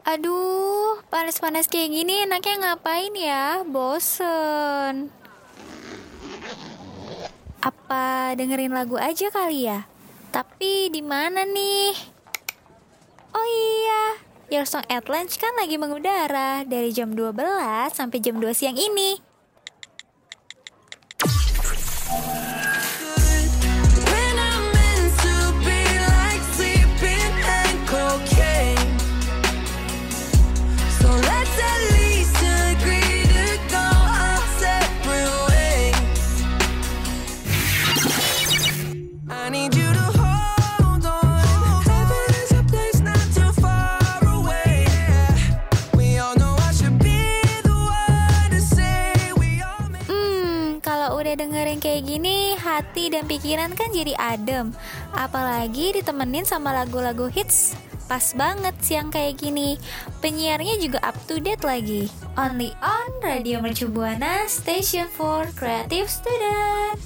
Aduh, panas-panas kayak gini enaknya ngapain ya? Bosen. Apa dengerin lagu aja kali ya? Tapi di mana nih? Oh iya, Your Song at Lunch kan lagi mengudara dari jam 12 sampai jam 2 siang ini. Kalau udah dengerin kayak gini, hati dan pikiran kan jadi adem. Apalagi ditemenin sama lagu-lagu hits. Pas banget siang kayak gini. Penyiarnya juga up to date lagi. Only on Radio Mercu Buana, Station for Creative Student.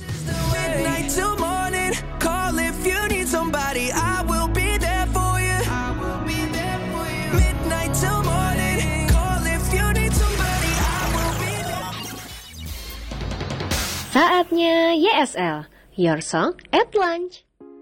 Saatnya YSL, Your Song at Lunch.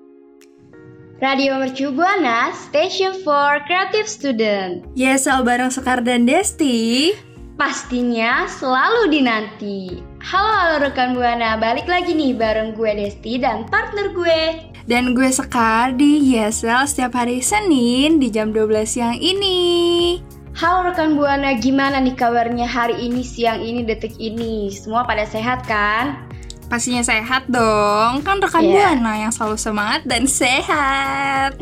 Radio Mercu Buana, Station for Creative Student. YSL bareng Sekar dan Desti. Pastinya selalu dinanti. Halo rekan Buana, balik lagi nih bareng gue Desti dan partner gue. Dan gue Sekar di YSL setiap hari Senin di jam 12 siang ini. Halo rekan Buana, gimana nih kabarnya hari ini, siang ini, detik ini? Semua pada sehat kan? Pastinya sehat dong, kan rekan Buana yang selalu semangat dan sehat.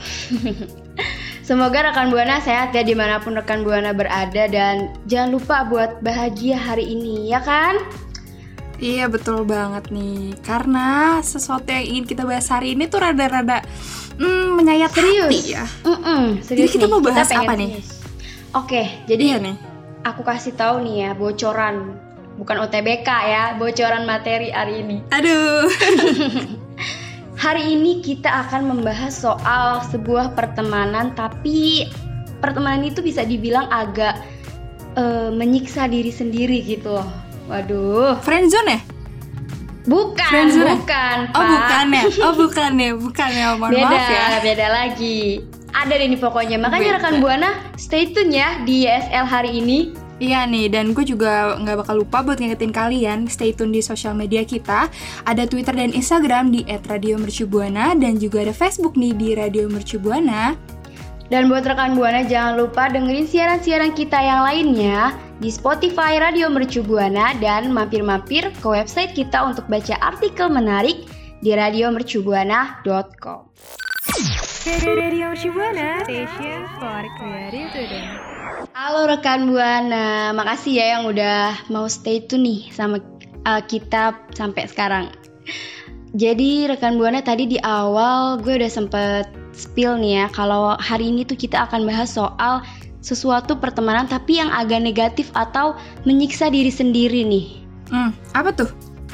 Semoga rekan Buana sehat ya dimanapun rekan Buana berada. Dan jangan lupa buat bahagia hari ini, ya kan? Iya betul banget nih, karena sesuatu yang ingin kita bahas hari ini tuh rada-rada menyayat hati ya. Serius. Jadi kita mau bahas kita apa nih? Oke, jadi nih, aku kasih tahu nih ya, bocoran, bukan OTBK ya, bocoran materi hari ini. Aduh. Hari ini kita akan membahas soal sebuah pertemanan, tapi pertemanan itu bisa dibilang agak menyiksa diri sendiri gitu loh. Waduh. Friendzone ya? Bukan, Friendzone? bukan. Oh Pak. bukan ya, mohon maaf ya. Beda lagi. Ada deh nih pokoknya, makanya rekan Buana stay tune ya di YSL hari ini. Iya nih, dan gue juga gak bakal lupa buat ngingetin kalian stay tune di sosial media kita. Ada Twitter dan Instagram di @radiomercubuana, dan juga ada Facebook nih di Radio Mercu Buana. Dan buat rekan Buana jangan lupa dengerin siaran-siaran kita yang lainnya di Spotify Radio Mercu Buana, dan mampir-mampir ke website kita untuk baca artikel menarik di radiomercubuana.com. Radio Mercu Buana, Station for Creative Student. Halo rekan Buana, makasih ya yang udah mau stay tune nih sama kita sampai sekarang. Jadi rekan Buana, tadi di awal gue udah sempet spill nih ya, kalau hari ini tuh kita akan bahas soal sesuatu pertemanan tapi yang agak negatif atau menyiksa diri sendiri nih. Apa tuh?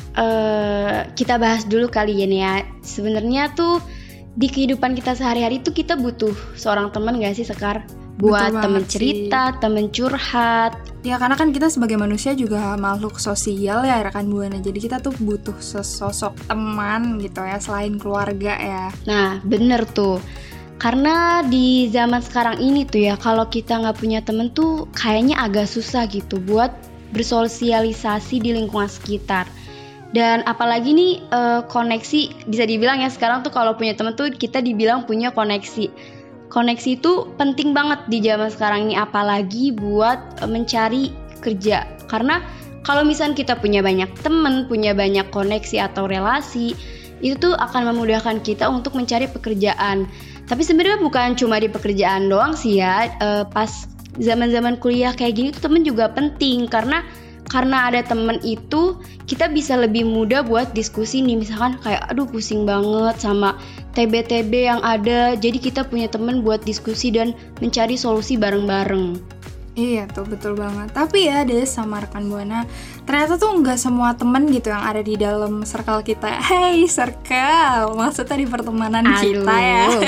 Kita bahas dulu kali ini ya. Sebenarnya tuh di kehidupan kita sehari-hari tuh kita butuh seorang teman gak sih, Sekar? Buat temen cerita, temen curhat. Ya karena kan kita sebagai manusia juga makhluk sosial ya rekan Buana. Jadi kita tuh butuh sesosok teman gitu ya, selain keluarga ya. Nah bener tuh, karena di zaman sekarang ini tuh ya, kalau kita gak punya temen tuh kayaknya agak susah gitu buat bersosialisasi di lingkungan sekitar. Dan apalagi nih koneksi, bisa dibilang ya sekarang tuh kalau punya temen tuh kita dibilang punya koneksi. Koneksi itu penting banget di zaman sekarang ini, apalagi buat mencari kerja. Karena kalau misalnya kita punya banyak temen, punya banyak koneksi atau relasi, itu tuh akan memudahkan kita untuk mencari pekerjaan. Tapi sebenarnya bukan cuma di pekerjaan doang sih ya, pas zaman-zaman kuliah kayak gini tuh temen juga penting. Karena ada temen itu kita bisa lebih mudah buat diskusi nih, misalkan kayak aduh pusing banget sama TB-TB yang ada, jadi kita punya temen buat diskusi dan mencari solusi bareng-bareng. Iya tuh betul banget. Tapi ya deh sama rekan Buana, ternyata tuh nggak semua temen gitu yang ada di dalam circle kita. Hey circle, maksudnya di pertemanan kita ya.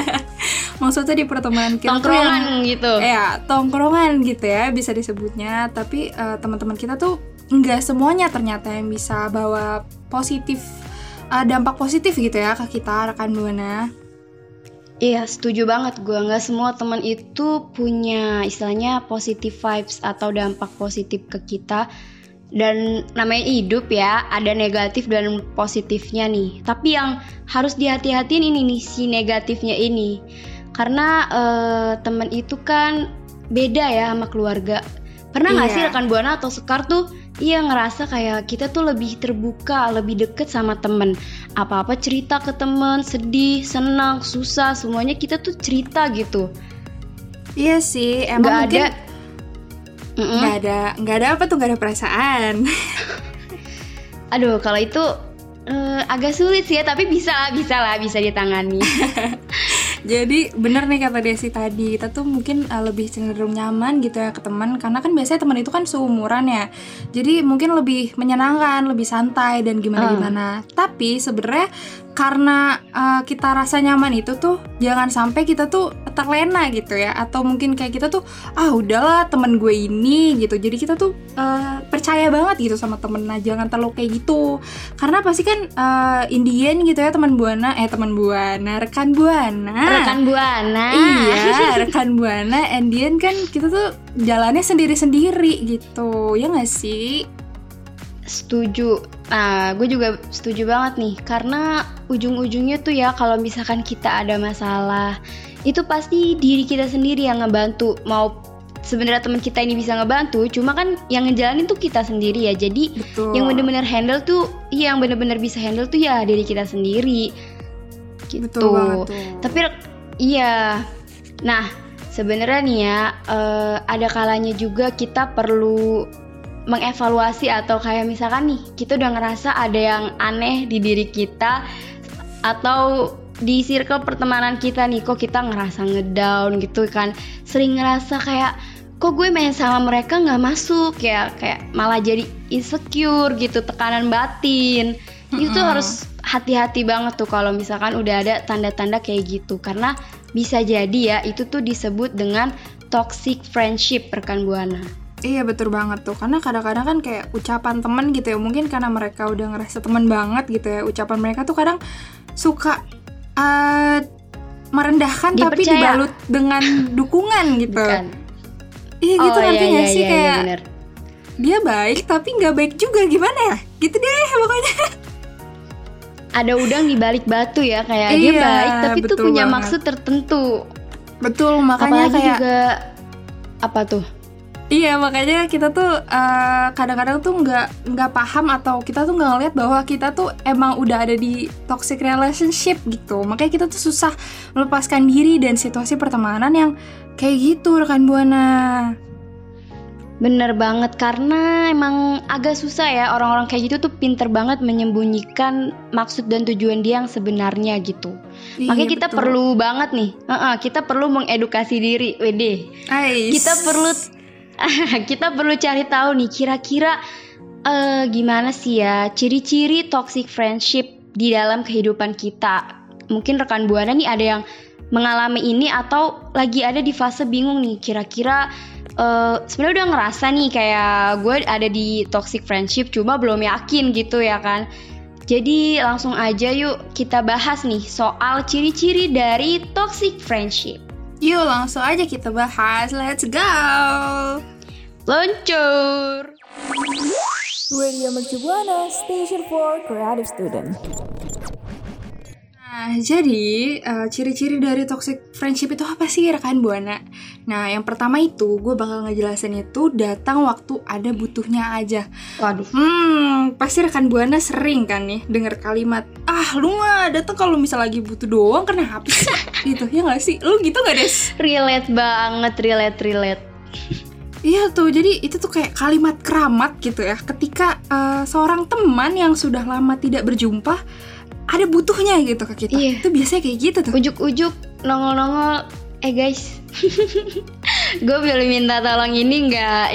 Maksudnya di pertemanan kita Tongkrongan gitu. Ya, tongkrongan gitu ya bisa disebutnya. Tapi teman-teman kita tuh nggak semuanya ternyata yang bisa bawa positif, dampak positif gitu ya ke kita, rekan Buana. Iya, setuju banget gue. Nggak semua teman itu punya istilahnya positive vibes atau dampak positif ke kita. Dan namanya hidup ya, ada negatif dan positifnya nih. Tapi yang harus dihati-hatiin ini nih, si negatifnya ini. Karena teman itu kan beda ya sama keluarga. Pernah nggak sih rekan Buana atau Sekar tuh ngerasa kayak kita tuh lebih terbuka, lebih deket sama temen. Apa-apa cerita ke temen, sedih, senang, susah, semuanya kita tuh cerita gitu. Iya sih, emang nggak ada apa tuh, nggak ada perasaan. Aduh, kalau itu agak sulit sih ya, tapi bisa ditangani. Jadi bener nih kata Desi tadi, kita tuh mungkin lebih cenderung nyaman gitu ya ke teman, karena kan biasanya teman itu kan seumuran ya, jadi mungkin lebih menyenangkan, lebih santai dan gimana-gimana. Tapi sebenarnya karena kita rasa nyaman itu tuh jangan sampai kita tuh terlena gitu ya, atau mungkin kayak kita tuh udahlah teman gue ini gitu, jadi kita tuh percaya banget gitu sama temen. Nah jangan terlalu kayak gitu, karena pasti kan Indian gitu ya rekan Buana. Iya, rekan Buana Indian kan kita tuh jalannya sendiri-sendiri gitu, ya nggak sih? Setuju. Nah, gue juga setuju banget nih, karena ujung-ujungnya tuh ya kalau misalkan kita ada masalah, itu pasti diri kita sendiri yang ngebantu. Mau sebenarnya teman kita ini bisa ngebantu, cuma kan yang ngejalanin tuh kita sendiri ya. Jadi yang benar-benar handle tuh, yang benar-benar bisa handle tuh ya diri kita sendiri. Gitu. Betul banget tuh. Tapi iya. Nah, sebenarnya nih ya, ada kalanya juga kita perlu mengevaluasi, atau kayak misalkan nih kita udah ngerasa ada yang aneh di diri kita atau di circle pertemanan kita nih, kok kita ngerasa ngedown gitu kan, sering ngerasa kayak kok gue main sama mereka nggak masuk ya, kayak malah jadi insecure gitu, tekanan batin. Itu harus hati-hati banget tuh kalau misalkan udah ada tanda-tanda kayak gitu, karena bisa jadi ya itu tuh disebut dengan toxic friendship, rekan Buana. Iya betul banget tuh, karena kadang-kadang kan kayak ucapan teman gitu ya, mungkin karena mereka udah ngerasa teman banget gitu ya, ucapan mereka tuh kadang suka merendahkan tapi dibalut dengan dukungan gitu. Bukan. Iya gitu, nanti nggak sih kayak bener. Dia baik tapi nggak baik juga, gimana ya? Gitu deh pokoknya. Ada udang di balik batu ya, kayak dia baik tapi tuh punya maksud tertentu. Betul, makanya apalagi kayak juga apa tuh? Iya, makanya kita tuh kadang-kadang tuh nggak paham, atau kita tuh nggak ngeliat bahwa kita tuh emang udah ada di toxic relationship gitu. Makanya kita tuh susah melepaskan diri dan situasi pertemanan yang kayak gitu, rekan Buana. Bener banget, karena emang agak susah ya, orang-orang kayak gitu tuh pinter banget menyembunyikan maksud dan tujuan dia yang sebenarnya gitu. Iya, makanya kita betul. perlu banget nih, kita perlu mengedukasi diri, kita perlu cari tahu nih kira-kira gimana sih ya ciri-ciri toxic friendship di dalam kehidupan kita. Mungkin rekan Buana nih ada yang mengalami ini atau lagi ada di fase bingung nih, kira-kira sebenarnya udah ngerasa nih kayak gue ada di toxic friendship cuma belum yakin gitu ya kan. Jadi langsung aja yuk kita bahas nih soal ciri-ciri dari toxic friendship. Yuk langsung aja kita bahas, let's go. Luncur. Radio Mercu Buana, Station for Creative Student. Nah, jadi ciri-ciri dari toxic friendship itu apa sih rekan Buana? Nah, yang pertama itu gue bakal ngejelasin itu datang waktu ada butuhnya aja. Waduh. Pasti rekan Buana sering kan nih denger kalimat, lu mah datang kalau misal lagi butuh doang, kenapa sih? Gitu, ya nggak sih? Lu gitu nggak, Des? Relate banget, relate. Iya tuh, jadi itu tuh kayak kalimat keramat gitu ya. Ketika seorang teman yang sudah lama tidak berjumpa ada butuhnya gitu ke kita. Iya. Itu biasanya kayak gitu tuh. Ujuk-ujuk nongol-nongol, guys, gue boleh minta tolong ini nggak? Ya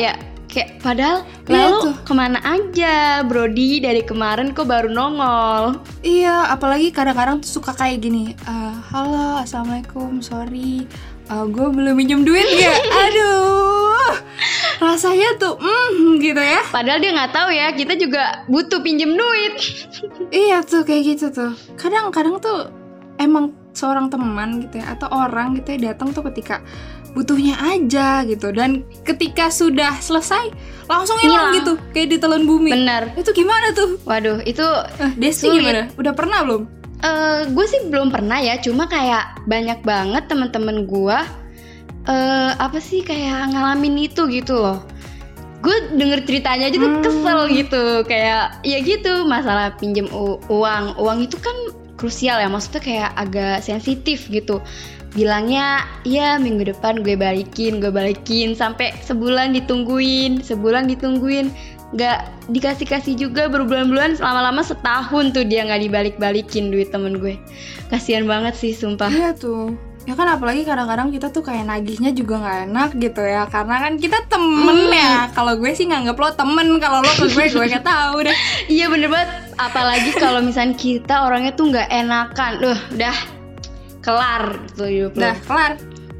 Kayak padahal Iya lalu tuh. kemana aja Brody, dari kemarin kok baru nongol. Iya, apalagi kadang-kadang tuh suka kayak gini, halo, assalamualaikum, sorry, gue belum minjem duit ya. Aduh, rasanya tuh, gitu ya. Padahal dia nggak tahu ya, kita juga butuh pinjem duit. Iya tuh, kayak gitu tuh. Kadang-kadang tuh emang seorang teman gitu ya, atau orang gitu ya datang tuh ketika butuhnya aja gitu, dan ketika sudah selesai langsung hilang Hilang. gitu, kayak ditelan bumi. Bener. Itu gimana tuh? Waduh, itu Desti Sulit. gimana? Udah pernah belum? gue sih belum pernah ya, cuma kayak banyak banget teman-teman gue apa sih kayak ngalamin itu gitu loh. Gue denger ceritanya aja tuh kesel gitu, kayak ya gitu, masalah pinjem uang itu kan krusial ya, maksudnya kayak agak sensitif gitu. Bilangnya ya minggu depan gue balikin, sampai sebulan ditungguin, nggak dikasih juga berbulan-bulan, lama-lama setahun tuh dia nggak dibalik-balikin duit temen gue. Kasian banget sih sumpah. Iya tuh. Ya kan apalagi kadang-kadang kita tuh kayak nagihnya juga nggak enak gitu ya, karena kan kita temen ya. Kalau gue sih nganggep lo temen, kalau lo ke gue nggak tahu deh. Iya bener banget, apalagi kalau misalnya kita orangnya tuh nggak enakan, udah kelar tuh hidup lo. Udah kelar.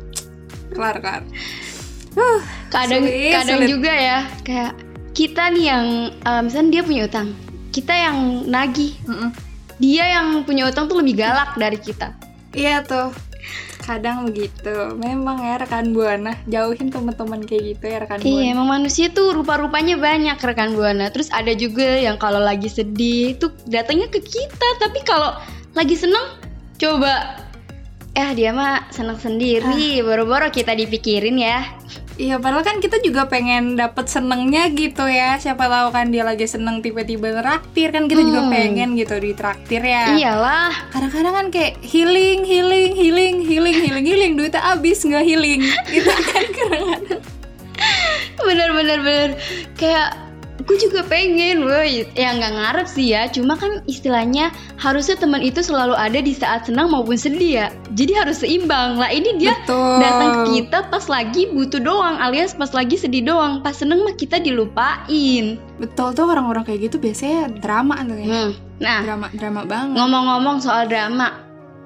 Kadang sulit. juga ya kayak kita nih yang misalnya dia punya utang, kita yang nagih, dia yang punya utang tuh lebih galak dari kita. Iya tuh. Kadang begitu. Memang ya rekan Buana, jauhin teman-teman kayak gitu ya rekan Buana. Iya, emang manusia tuh rupa-rupanya banyak rekan Buana. Terus ada juga yang kalau lagi sedih tuh datangnya ke kita, tapi kalau lagi seneng coba dia mah seneng sendiri, boro-boro kita dipikirin ya. Iya, padahal kan kita juga pengen dapet senengnya gitu ya. Siapa tahu kan dia lagi seneng tiba-tiba traktir, kan kita juga pengen gitu ditraktir ya. Iyalah. Kadang-kadang kan kayak healing, duitnya habis nggak healing gitu kan kadang-kadang. Bener. Kayak gue juga pengen, woy. Ya nggak ngarep sih ya, cuma kan istilahnya harusnya teman itu selalu ada di saat senang maupun sedih ya. Jadi harus seimbang lah. Ini dia Betul. datang ke kita pas lagi butuh doang, alias pas lagi sedih doang. Pas seneng mah kita dilupain. Betul tuh, orang-orang kayak gitu biasanya drama tuh ya. Nah, Drama banget. ngomong-ngomong soal drama,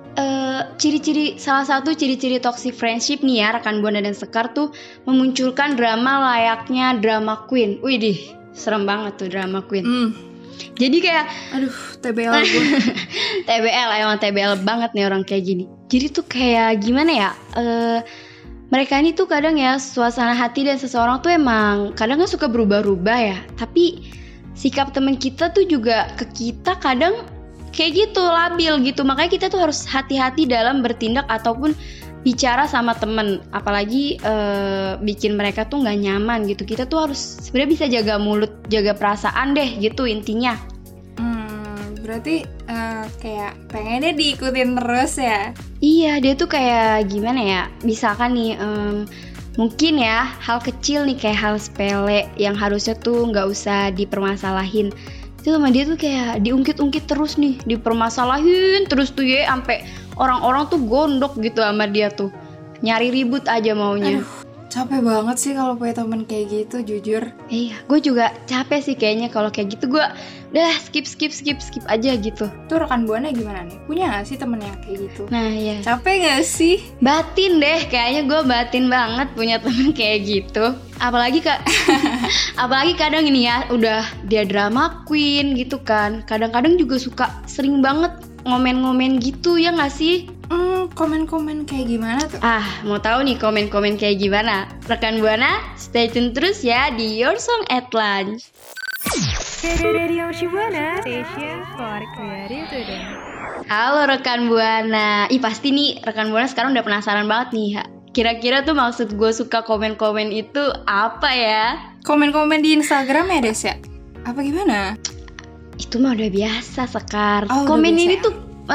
salah satu ciri-ciri toxic friendship nih ya rekan Buana dan Sekar tuh memunculkan drama layaknya drama queen. Widih, serem banget tuh drama queen. Jadi kayak Aduh, TBL gue. TBL, emang TBL banget nih orang kayak gini. Jadi tuh kayak gimana ya, mereka ini tuh kadang ya suasana hati dan seseorang tuh emang kadang kan suka berubah-ubah ya. Tapi sikap teman kita tuh juga ke kita kadang kayak gitu, labil gitu. Makanya kita tuh harus hati-hati dalam bertindak ataupun bicara sama temen. Apalagi bikin mereka tuh gak nyaman gitu. Kita tuh harus sebenarnya bisa jaga mulut, jaga perasaan deh gitu intinya. Berarti kayak pengennya diikutin terus ya. Iya, dia tuh kayak gimana ya, misalkan nih mungkin ya hal kecil nih, kayak hal sepele yang harusnya tuh gak usah dipermasalahin, itu sama dia tuh kayak diungkit-ungkit terus nih, dipermasalahin terus tuh ya, sampai orang-orang tuh gondok gitu sama dia tuh, nyari ribut aja maunya. Capek banget sih kalau punya temen kayak gitu, jujur. Iya, gue juga capek sih kayaknya kalau kayak gitu. Gue udah skip aja gitu. Tuh rekan Buana gimana nih? Punya gak sih temen yang kayak gitu? Nah iya, Capek gak sih? batin deh, kayaknya gue batin banget punya temen kayak gitu. Apalagi apalagi kadang ini ya, udah dia drama queen gitu kan, kadang-kadang juga suka sering banget ngomen-ngomen gitu, ya gak sih? Komen-komen kayak gimana tuh? Mau tahu nih komen-komen kayak gimana? Rekan Buana, stay tune terus ya di Your Song at Lunch. Radio Shibuana, station for creative student. Halo rekan Buana. Pasti nih rekan Buana sekarang udah penasaran banget nih. Kira-kira tuh maksud gue suka komen-komen itu apa ya? Komen-komen di Instagram ya, Des ya? Apa gimana? Itu mah udah biasa Sekar. Oh, Komen udah biasa ini ya? tuh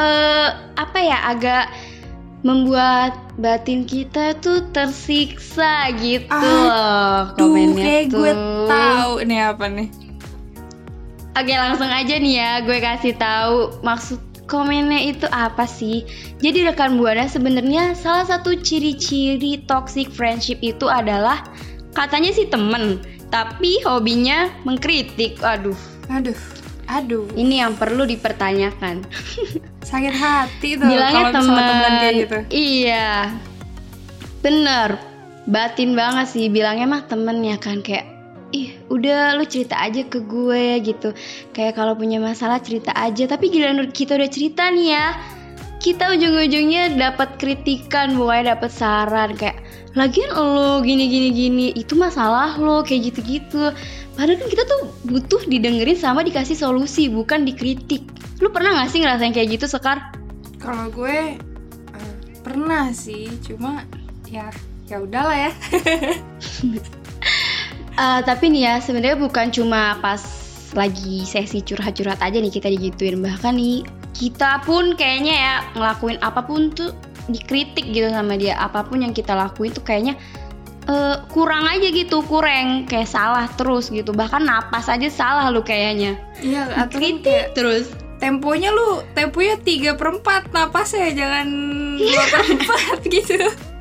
agak membuat batin kita tuh tersiksa gitu loh komennya kayak tuh. gue tahu nih apa nih. Oke, langsung aja nih ya, gue kasih tahu maksud komennya itu apa sih. Jadi rekan Buana, sebenarnya salah satu ciri-ciri toxic friendship itu adalah katanya sih temen tapi hobinya mengkritik. Aduh, ini yang perlu dipertanyakan. Sakit hati tuh Bilangnya kalau misalnya temenan kayak gitu. Iya, bener, batin banget sih. Bilangnya mah temen ya kan, kayak ih udah lu cerita aja ke gue gitu. Kayak kalau punya masalah cerita aja. Tapi giliran kita udah cerita nih ya, kita ujung-ujungnya dapat kritikan, bukannya dapat saran. Kayak lagian lo gini, itu masalah lo, kayak gitu-gitu. Padahal kan kita tuh butuh didengerin sama dikasih solusi, bukan dikritik. Lu pernah gak sih ngerasain kayak gitu, Sekar? Kalau gue pernah sih, cuma ya udahlah ya. Tapi nih ya, sebenarnya bukan cuma pas lagi sesi curhat-curhat aja nih kita digituin. Bahkan nih kita pun kayaknya ya ngelakuin apapun tuh dikritik gitu sama dia. Apapun yang kita lakuin tuh kayaknya kurang aja gitu, kurang, kayak salah terus gitu. Bahkan napas aja salah lu kayaknya. Iya, atau kritik terus. Temponya 3/4 napasnya, jangan 2/4 gitu.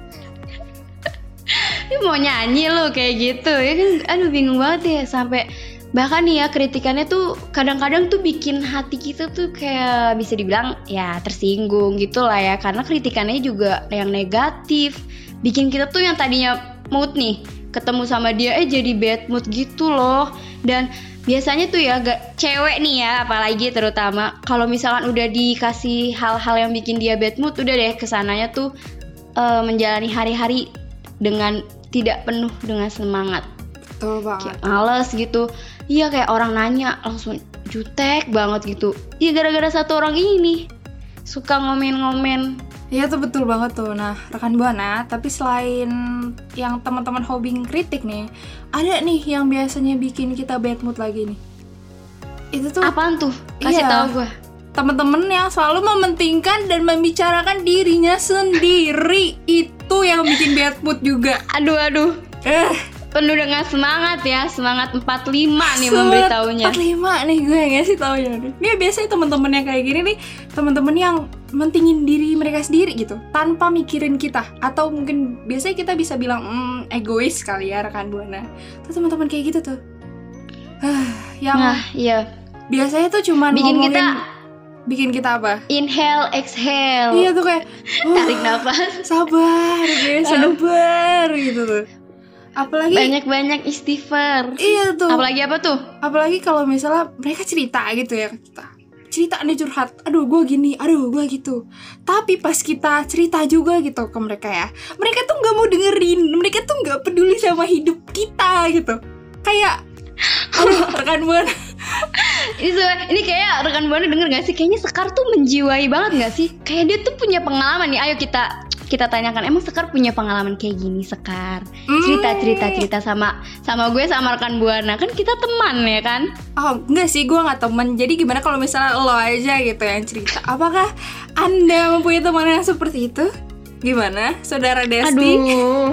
Ini mau nyanyi lo kayak gitu ya kan. Aduh bingung banget ya. Sampai bahkan nih ya kritikannya tuh kadang-kadang tuh bikin hati kita tuh kayak bisa dibilang ya tersinggung gitu lah ya. Karena kritikannya juga yang negatif, bikin kita tuh yang tadinya mood nih ketemu sama dia jadi bad mood gitu loh. Dan biasanya tuh ya cewek nih ya apalagi terutama kalau misalkan udah dikasih hal-hal yang bikin dia bad mood, udah deh kesananya tuh menjalani hari-hari dengan tidak penuh dengan semangat. Betul banget. Kayak males gitu. Iya, kayak orang nanya langsung jutek banget gitu. Iya, gara-gara satu orang ini suka ngomen-ngomen. Iya tuh, betul banget tuh. Nah, rekan Buana, tapi selain yang teman-teman hobi kritik nih, ada nih yang biasanya bikin kita bad mood lagi nih. Itu tuh apaan tuh? Kasih tahu gue. Teman-teman yang selalu mementingkan dan membicarakan dirinya sendiri, itu yang bikin bad mood juga. Aduh. Penuh dengan semangat ya, semangat 45 nih memberitahunya. 45 nih gue ngasih taunya nih. Ini biasanya teman-teman yang kayak gini nih, teman-teman yang mentingin diri mereka sendiri gitu, tanpa mikirin kita. Atau mungkin biasanya kita bisa bilang egois kali ya rekan Buana. Tuh teman-teman kayak gitu tuh. Yang iya. Biasanya tuh cuman bikin kita apa? Inhale, exhale. Iya tuh kayak tarik nafas. Sabar gitu tuh. Apalagi banyak-banyak istighfar. Iya tuh. Apalagi apa tuh? Apalagi kalau misalnya mereka cerita gitu ya ke kita. Cerita nih curhat. Aduh gue gini, aduh gue gitu. Tapi pas kita cerita juga gitu ke mereka ya, mereka tuh gak mau dengerin. Mereka tuh gak peduli sama hidup kita gitu. Kayak aduh rekan Buana. Ini kayak rekan Buana denger gak sih? Kayaknya Sekar tuh menjiwai banget gak sih? Kayak dia tuh punya pengalaman nih. Ayo kita tanyakan, emang Sekar punya pengalaman kayak gini, Sekar? Cerita sama gue sama rekan Buana. Kan kita teman ya kan? Oh enggak sih, gue gak temen. Jadi gimana kalau misalnya lo aja gitu yang cerita? Apakah Anda mempunyai teman yang seperti itu? Gimana, Saudara Desti? Aduh,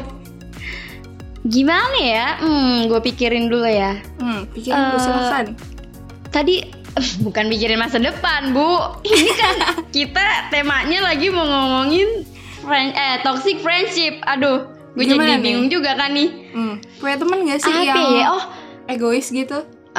gimana ya? Gue pikirin dulu ya. Pikirin dulu, silakan. Tadi bukan pikirin masa depan, Bu. Ini kan kita temanya lagi mau ngomongin toxic friendship. Aduh, gue jadi bingung juga kan nih. Punya temen gak sih yang egois gitu?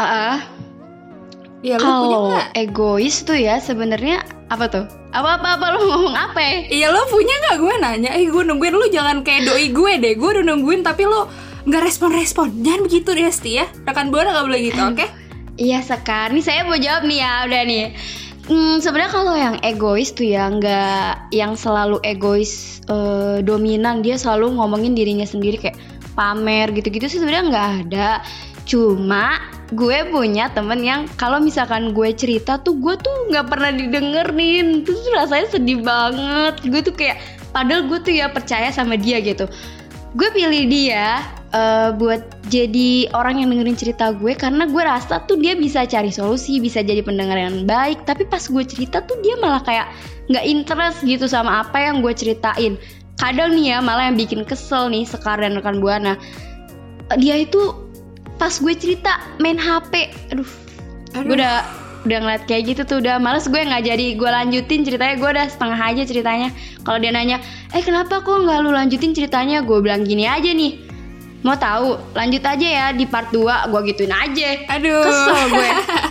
Ya, lu punya gak? Egois tuh ya sebenarnya apa tuh? Apa lu ngomong apa ya? Iya, lo punya gak? Gue nanya, gue nungguin. Lu jangan kayak doi gue deh. Gue udah nungguin tapi lo gak respon-respon. Jangan begitu Desti ya. Rekan Buana gak boleh gitu, oke? Iya, Sekar. Nih saya mau jawab nih ya, udah nih. Sebenarnya kalau yang egois tuh ya nggak yang selalu egois dominan, dia selalu ngomongin dirinya sendiri kayak pamer gitu-gitu sih sebenarnya nggak ada. Cuma gue punya temen yang kalau misalkan gue cerita tuh gue tuh nggak pernah didengerin, terus rasanya sedih banget. Gue tuh kayak padahal gue tuh ya percaya sama dia gitu. Gue pilih dia buat jadi orang yang dengerin cerita gue karena gue rasa tuh dia bisa cari solusi, bisa jadi pendengar yang baik. Tapi pas gue cerita tuh dia malah kayak nggak interest gitu sama apa yang gue ceritain. Kadang nih ya malah yang bikin kesel nih Sekar dan rekan Buana, dia itu pas gue cerita main HP. Aduh. Gue udah ngeliat kayak gitu tuh udah males, gue nggak jadi gue lanjutin ceritanya. Gue udah setengah aja ceritanya. Kalau dia nanya kenapa kok nggak lu lanjutin ceritanya, gue bilang gini aja nih, Mau tahu? Lanjut aja ya di part 2, gue gituin aja. Aduh. Kesel gue.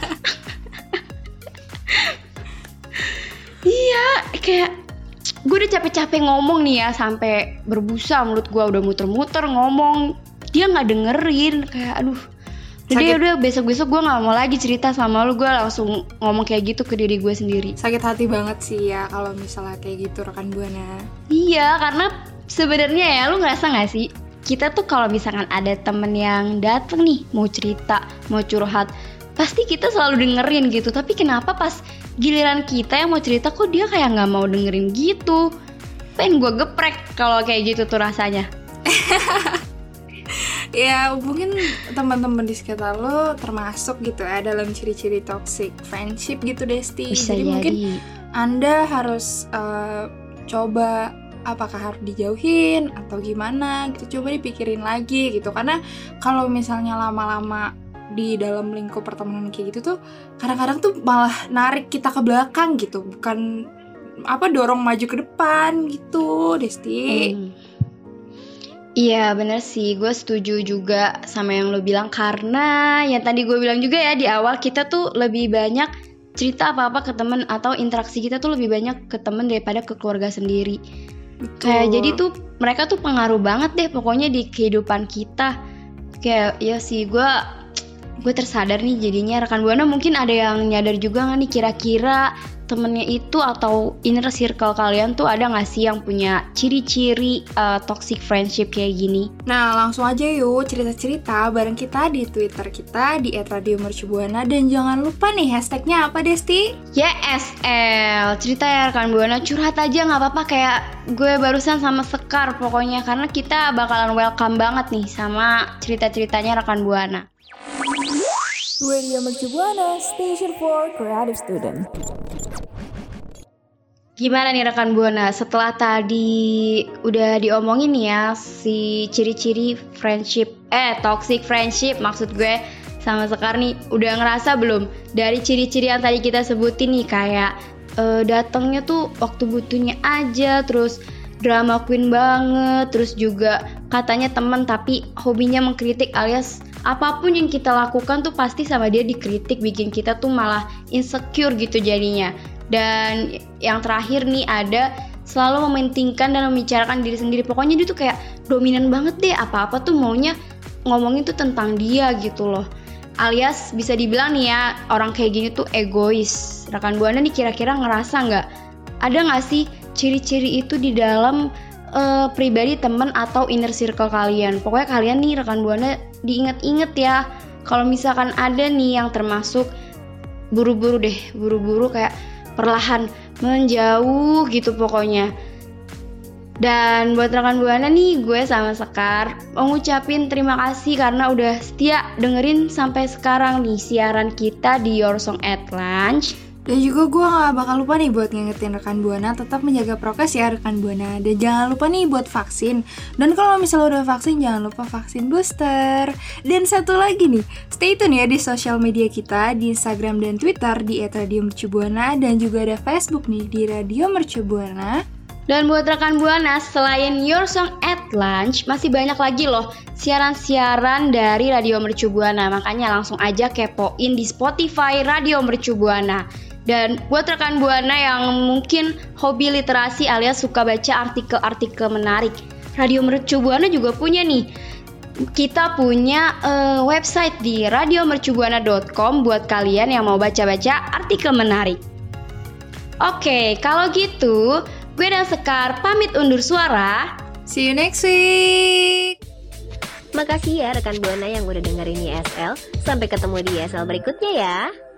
Iya, kayak gue udah capek-capek ngomong nih ya, sampai berbusa mulut gue, udah muter-muter ngomong, dia nggak dengerin. Kayak aduh, jadi udah besok-besok gue nggak mau lagi cerita sama lu, gue langsung ngomong kayak gitu ke diri gue sendiri. Sakit hati banget sih ya kalau misalnya kayak gitu rekan Buana. Iya, karena sebenarnya ya, lu ngerasa nggak sih, kita tuh kalau misalkan ada temen yang dateng nih mau cerita, mau curhat, pasti kita selalu dengerin gitu. Tapi kenapa pas giliran kita yang mau cerita kok dia kayak nggak mau dengerin gitu? Pengen gue geprek kalau kayak gitu tuh rasanya. Ya mungkin teman-teman di sekitar lo termasuk gitu ya dalam ciri-ciri toxic friendship gitu Desti. Bisa jadi mungkin Anda harus coba apakah harus dijauhin atau gimana gitu, coba dipikirin lagi gitu. Karena kalau misalnya lama-lama di dalam lingkup pertemanan kayak gitu tuh kadang-kadang tuh malah narik kita ke belakang gitu, bukan dorong maju ke depan gitu Desti. Iya bener sih, gue setuju juga sama yang lo bilang. Karena yang tadi gue bilang juga ya di awal, kita tuh lebih banyak cerita apa-apa ke temen, atau interaksi kita tuh lebih banyak ke temen daripada ke keluarga sendiri. Kayak jadi tuh mereka tuh pengaruh banget deh pokoknya di kehidupan kita. Kayak ya sih, gue tersadar nih jadinya. Rekan Buana mungkin ada yang nyadar juga gak nih, kira-kira temennya itu atau inner circle kalian tuh ada gak sih yang punya ciri-ciri toxic friendship kayak gini? Nah langsung aja yuk cerita-cerita bareng kita di Twitter kita di @radiomercubuana. Dan jangan lupa nih hashtagnya apa Desti? YSL. Cerita ya rekan Buana, curhat aja gak apa-apa kayak gue barusan sama Sekar pokoknya. Karena kita bakalan welcome banget nih sama cerita-ceritanya rekan Buana. Radio Mercubuana, Station for Creative Student. Gimana nih rekan Buana, setelah tadi udah diomongin nih ya si ciri-ciri friendship, toxic friendship maksud gue sama Sekar nih, udah ngerasa belum dari ciri-ciri yang tadi kita sebutin nih, kayak datangnya tuh waktu butuhnya aja, terus drama queen banget, terus juga katanya teman tapi hobinya mengkritik, alias apapun yang kita lakukan tuh pasti sama dia dikritik, bikin kita tuh malah insecure gitu jadinya. Dan yang terakhir nih ada selalu mementingkan dan membicarakan diri sendiri. Pokoknya dia tuh kayak dominan banget deh, apa-apa tuh maunya ngomongin tuh tentang dia gitu loh. Alias bisa dibilang nih ya, orang kayak gini tuh egois. Rekan Buana nih kira-kira ngerasa nggak? Ada nggak sih ciri-ciri itu di dalam pribadi teman atau inner circle kalian? Pokoknya kalian nih rekan Buana diinget-inget ya. Kalau misalkan ada nih yang termasuk buru-buru kayak perlahan menjauh gitu pokoknya. Dan buat rekan Buana nih, gue sama Sekar mau ngucapin terima kasih karena udah setia dengerin sampai sekarang nih siaran kita di Your Song at Lunch. Dan juga gue gak bakal lupa nih buat ngingetin rekan Buana tetap menjaga prokes ya rekan Buana. Dan jangan lupa nih buat vaksin. Dan kalau misalnya udah vaksin, jangan lupa vaksin booster. Dan satu lagi nih, stay tune ya di sosial media kita, di Instagram dan Twitter di @radiomercubuana. Dan juga ada Facebook nih di Radio Mercubuana. Dan buat rekan Buana, selain Your Song at Lunch, masih banyak lagi loh siaran-siaran dari Radio Mercubuana. Makanya langsung aja kepoin di Spotify Radio Mercubuana. Dan buat rekan Buana yang mungkin hobi literasi alias suka baca artikel-artikel menarik, Radio Mercubuana juga punya nih. Kita punya website di radiomercubuana.com buat kalian yang mau baca-baca artikel menarik. Oke, kalau gitu gue dan Sekar pamit undur suara. See you next week. Makasih ya rekan Buana yang udah dengerin YSL. Sampai ketemu di YSL berikutnya ya.